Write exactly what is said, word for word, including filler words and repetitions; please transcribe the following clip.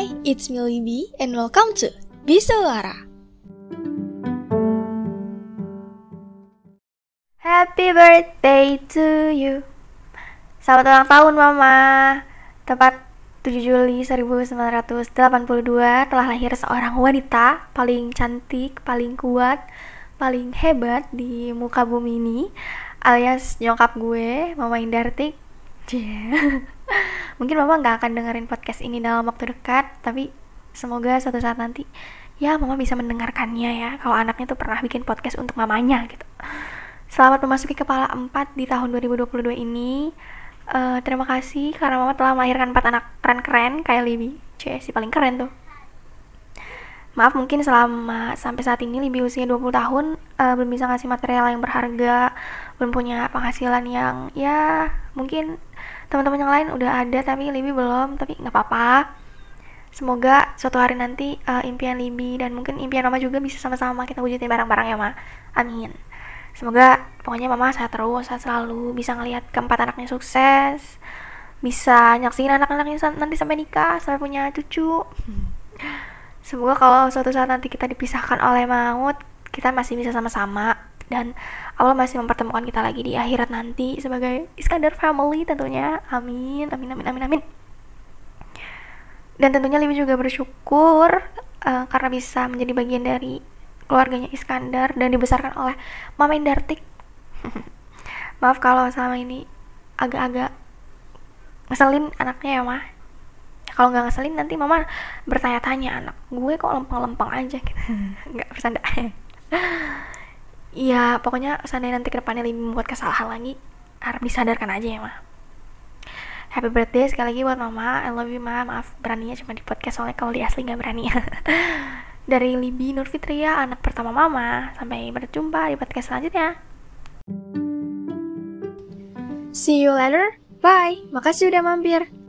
Hi, it's me Libby and welcome to Bisuara. Happy birthday to you. Selamat ulang tahun Mama. Tepat tujuh Juli seribu sembilan ratus delapan puluh dua telah lahir seorang wanita paling cantik, paling kuat, paling hebat di muka bumi ini, alias nyokap gue, Mama Indartik. Yeah. Mungkin Mama gak akan dengerin podcast ini dalam waktu dekat, tapi semoga suatu saat nanti ya Mama bisa mendengarkannya ya, kalau anaknya tuh pernah bikin podcast untuk mamanya gitu. Selamat memasuki kepala empat di tahun dua ribu dua puluh dua ini. uh, Terima kasih karena Mama telah melahirkan empat anak keren-keren kayak Libby. Cie, si paling keren tuh. Maaf mungkin selama sampai saat ini Libby usia dua puluh tahun uh, belum bisa ngasih material yang berharga, belum punya penghasilan yang ya mungkin teman-teman yang lain udah ada tapi Libby belum, tapi nggak apa-apa. Semoga suatu hari nanti uh, impian Libby dan mungkin impian Mama juga bisa sama-sama kita wujudin bareng-bareng ya Ma. Amin. Semoga pokoknya Mama sehat terus, sehat selalu, bisa ngelihat keempat anaknya sukses, bisa nyaksiin anak-anaknya nanti sampai nikah, sampai punya cucu. Semoga kalau suatu saat nanti kita dipisahkan oleh maut, kita masih bisa sama-sama dan Allah masih mempertemukan kita lagi di akhirat nanti sebagai Iskandar family tentunya. Amin, amin, amin, amin, amin. Dan tentunya Libby juga bersyukur uh, karena bisa menjadi bagian dari keluarganya Iskandar dan dibesarkan oleh Mama Indartik. Maaf kalau selama ini agak-agak ngeselin anaknya ya Ma. Kalau nggak ngeselin nanti Mama bertanya-tanya, anak gue kok lempeng-lempeng aja gitu. Nggak bercanda. Ya pokoknya seandainya nanti kedepannya Libby membuat kesalahan lagi, harap disadarkan aja ya Ma. Happy birthday sekali lagi buat Mama. I love you Ma. Maaf beraninya cuma di podcast, soalnya kalau di asli nggak berani. Dari Libby Nurfitria, anak pertama Mama. Sampai berjumpa di podcast selanjutnya. See you later. Bye. Makasih udah mampir.